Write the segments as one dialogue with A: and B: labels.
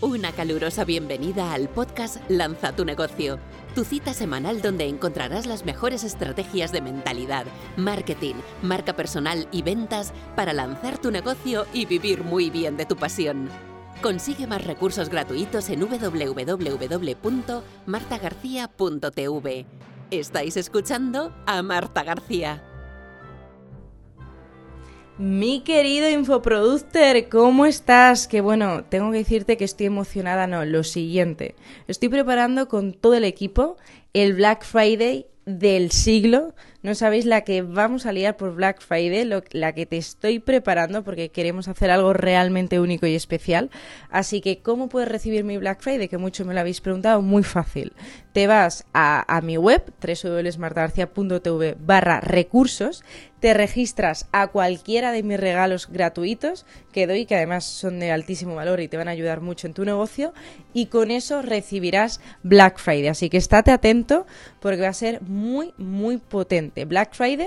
A: Una calurosa bienvenida al podcast Lanza tu negocio, tu cita semanal donde encontrarás las mejores estrategias de mentalidad, marketing, marca personal y ventas para lanzar tu negocio y vivir muy bien de tu pasión. Consigue más recursos gratuitos en www.martagarcia.tv. ¿Estáis escuchando a Marta García?
B: Mi querido infoproducer, ¿cómo estás? Que bueno, tengo que decirte que estoy emocionada, no, lo siguiente. Estoy preparando con todo el equipo el Black Friday del siglo. No sabéis la que vamos a liar por Black Friday, la que te estoy preparando porque queremos hacer algo realmente único y especial. Así que, ¿cómo puedes recibir mi Black Friday? Que mucho me lo habéis preguntado, muy fácil. Te vas a mi web, www.martagarcia.tv/recursos, te registras a cualquiera de mis regalos gratuitos que doy, que además son de altísimo valor y te van a ayudar mucho en tu negocio, y con eso recibirás Black Friday. Así que estate atento porque va a ser muy, muy potente. Black Friday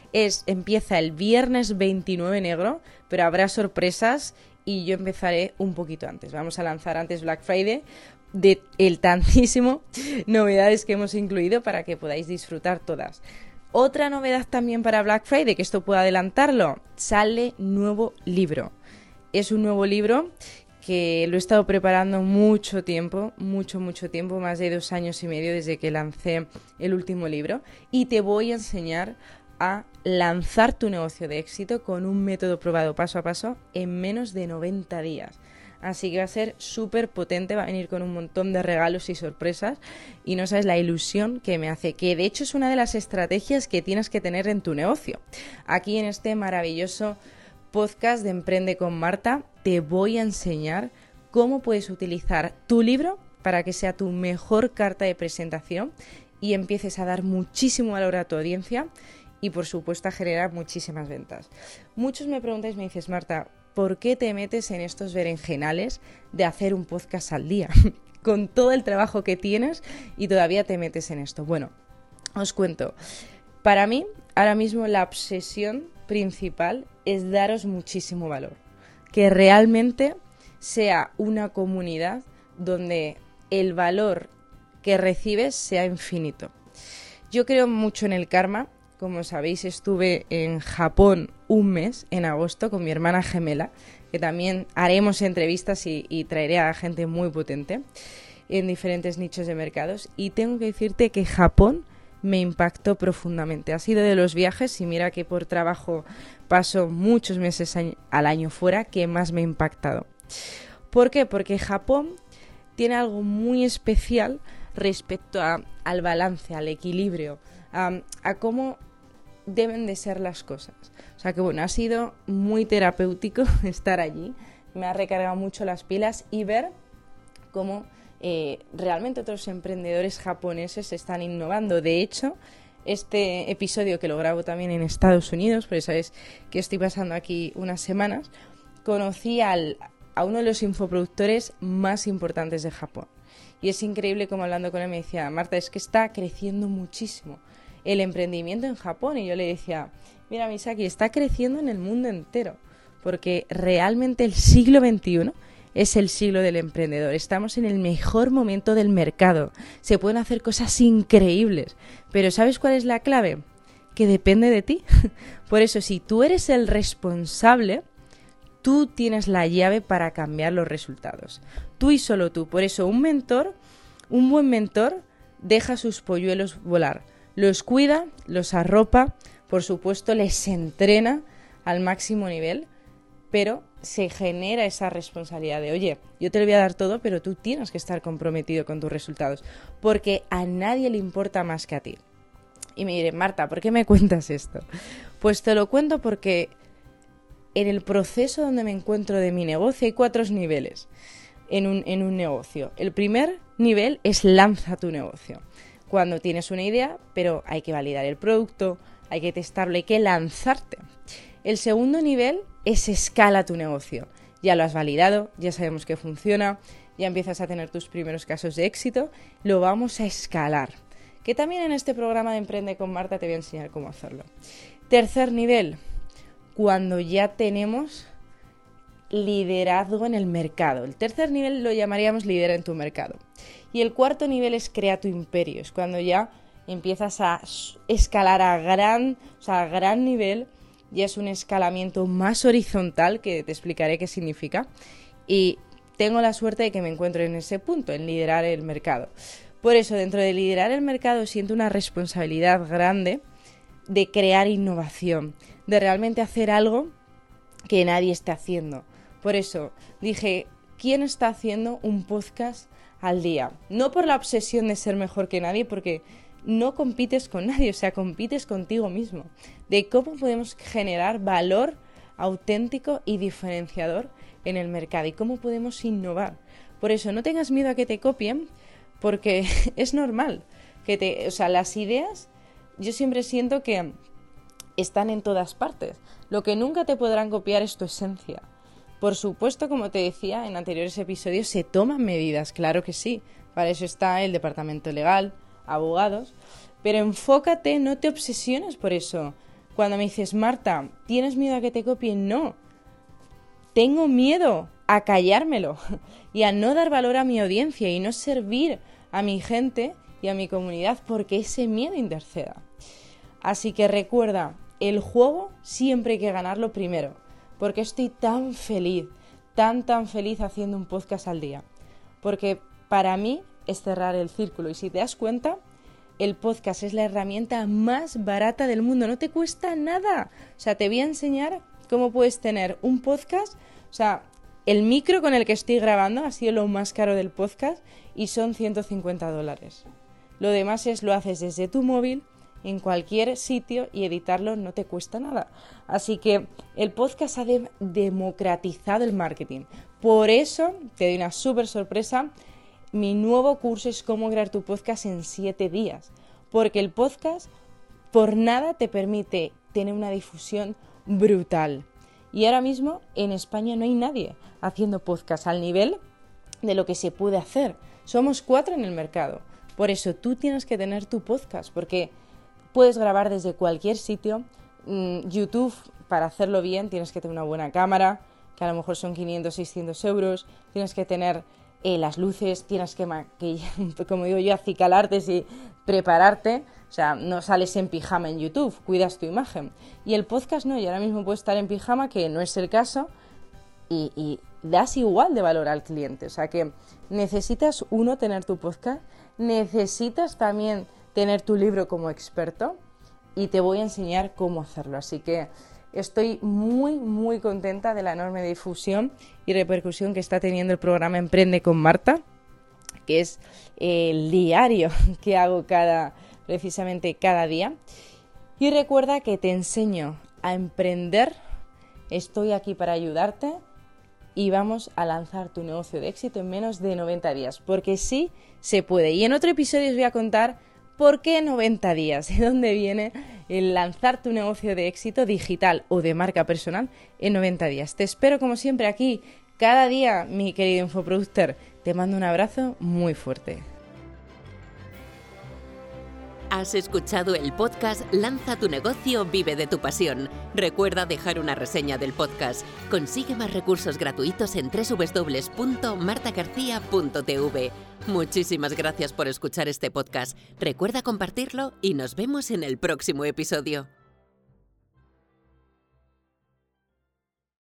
B: empieza el viernes 29 negro, pero habrá sorpresas y yo empezaré un poquito antes. Vamos a lanzar antes Black Friday de el tantísimo novedades que hemos incluido para que podáis disfrutar todas. Otra novedad también para Black Friday, que esto puedo adelantarlo, sale nuevo libro. Es un nuevo libro que lo he estado preparando mucho tiempo, mucho tiempo, más de 2 años y medio desde que lancé el último libro, y te voy a enseñar a lanzar tu negocio de éxito con un método probado paso a paso en menos de 90 días. Así que va a ser súper potente, va a venir con un montón de regalos y sorpresas y no sabes la ilusión que me hace, que de hecho es una de las estrategias que tienes que tener en tu negocio. Aquí en este maravilloso podcast de Emprende con Marta te voy a enseñar cómo puedes utilizar tu libro para que sea tu mejor carta de presentación y empieces a dar muchísimo valor a tu audiencia y por supuesto a generar muchísimas ventas. Muchos me preguntáis, me dices, Marta, ¿por qué te metes en estos berenjenales de hacer un podcast al día? Con todo el trabajo que tienes y todavía te metes en esto. Bueno, os cuento. Para mí, ahora mismo la obsesión principal es daros muchísimo valor. Que realmente sea una comunidad donde el valor que recibes sea infinito. Yo creo mucho en el karma. Como sabéis, estuve en Japón un mes, en agosto, con mi hermana gemela, que también haremos entrevistas y traeré a gente muy potente en diferentes nichos de mercados. Y tengo que decirte que Japón me impactó profundamente. Ha sido de los viajes, y mira que por trabajo paso muchos meses al año fuera, que más me ha impactado. ¿Por qué? Porque Japón tiene algo muy especial respecto al balance, al equilibrio, a cómo deben de ser las cosas. O sea que bueno, ha sido muy terapéutico estar allí, me ha recargado mucho las pilas y ver cómo realmente otros emprendedores japoneses están innovando. De hecho, este episodio que lo grabo también en Estados Unidos, porque sabes que estoy pasando aquí unas semanas, conocí a uno de los infoproductores más importantes de Japón. Y es increíble como hablando con él me decía, Marta, es que está creciendo muchísimo el emprendimiento en Japón. Y yo le decía, mira Misaki, está creciendo en el mundo entero, porque realmente el siglo XXI es el siglo del emprendedor. Estamos en el mejor momento del mercado. Se pueden hacer cosas increíbles. Pero ¿sabes cuál es la clave? Que depende de ti. Por eso, si tú eres el responsable, tú tienes la llave para cambiar los resultados. Tú y solo tú. Por eso, un buen mentor, deja sus polluelos volar. Los cuida, los arropa, por supuesto, les entrena al máximo nivel, pero se genera esa responsabilidad de, oye, yo te lo voy a dar todo, pero tú tienes que estar comprometido con tus resultados, porque a nadie le importa más que a ti. Y me diré, Marta, ¿por qué me cuentas esto? Pues te lo cuento porque en el proceso donde me encuentro de mi negocio hay 4 niveles en un negocio. El primer nivel es lanza tu negocio. Cuando tienes una idea, pero hay que validar el producto, hay que testarlo, hay que lanzarte. El segundo nivel es escala tu negocio. Ya lo has validado, ya sabemos que funciona, ya empiezas a tener tus primeros casos de éxito, lo vamos a escalar. Que también en este programa de Emprende con Marta te voy a enseñar cómo hacerlo. Tercer nivel, cuando ya tenemos liderazgo en el mercado. El tercer nivel lo llamaríamos lidera en tu mercado. Y el cuarto nivel es crea tu imperio. Es cuando ya empiezas a escalar a gran nivel. Ya es un escalamiento más horizontal, que te explicaré qué significa. Y tengo la suerte de que me encuentro en ese punto, en liderar el mercado. Por eso, dentro de liderar el mercado, siento una responsabilidad grande de crear innovación, de realmente hacer algo que nadie está haciendo. Por eso dije, ¿quién está haciendo un podcast al día? No por la obsesión de ser mejor que nadie, porque no compites con nadie, o sea, compites contigo mismo. De cómo podemos generar valor auténtico y diferenciador en el mercado y cómo podemos innovar. Por eso, no tengas miedo a que te copien, porque es normal que las ideas, yo siempre siento que están en todas partes. Lo que nunca te podrán copiar es tu esencia. Por supuesto, como te decía en anteriores episodios, se toman medidas, claro que sí. Para eso está el departamento legal, abogados. Pero enfócate, no te obsesiones por eso. Cuando me dices, Marta, ¿tienes miedo a que te copien? No. Tengo miedo a callármelo y a no dar valor a mi audiencia y no servir a mi gente y a mi comunidad porque ese miedo interceda. Así que recuerda, el juego siempre hay que ganarlo primero, porque estoy tan feliz, tan feliz haciendo un podcast al día, porque para mí es cerrar el círculo y si te das cuenta, el podcast es la herramienta más barata del mundo, no te cuesta nada. O sea, te voy a enseñar cómo puedes tener un podcast, o sea, el micro con el que estoy grabando ha sido lo más caro del podcast y son $150. Lo demás lo haces desde tu móvil, en cualquier sitio y editarlo no te cuesta nada. Así que el podcast ha democratizado el marketing. Por eso te doy una súper sorpresa. Mi nuevo curso es cómo crear tu podcast en 7 días. Porque el podcast por nada te permite tener una difusión brutal. Y ahora mismo en España no hay nadie haciendo podcast al nivel de lo que se puede hacer. Somos 4 en el mercado. Por eso tú tienes que tener tu podcast, porque puedes grabar desde cualquier sitio. YouTube, para hacerlo bien, tienes que tener una buena cámara, que a lo mejor son 500, 600 euros. Tienes que tener las luces, tienes que como digo yo, acicalarte y prepararte. O sea, no sales en pijama en YouTube, cuidas tu imagen. Y el podcast no, y ahora mismo puedes estar en pijama, que no es el caso, y das igual de valor al cliente. O sea que necesitas, tener tu podcast, necesitas también tener tu libro como experto y te voy a enseñar cómo hacerlo. Así que estoy muy contenta de la enorme difusión y repercusión que está teniendo el programa Emprende con Marta, que es el diario que hago precisamente cada día. Y recuerda que te enseño a emprender, estoy aquí para ayudarte y vamos a lanzar tu negocio de éxito en menos de 90 días, porque sí se puede. Y en otro episodio os voy a contar por qué 90 días, de dónde viene el lanzar tu negocio de éxito digital o de marca personal en 90 días. Te espero como siempre aquí cada día, mi querido infoproductor. Te mando un abrazo muy fuerte.
A: Has escuchado el podcast Lanza tu negocio, vive de tu pasión. Recuerda dejar una reseña del podcast. Consigue más recursos gratuitos en www.martagarcia.tv. Muchísimas gracias por escuchar este podcast. Recuerda compartirlo y nos vemos en el próximo episodio.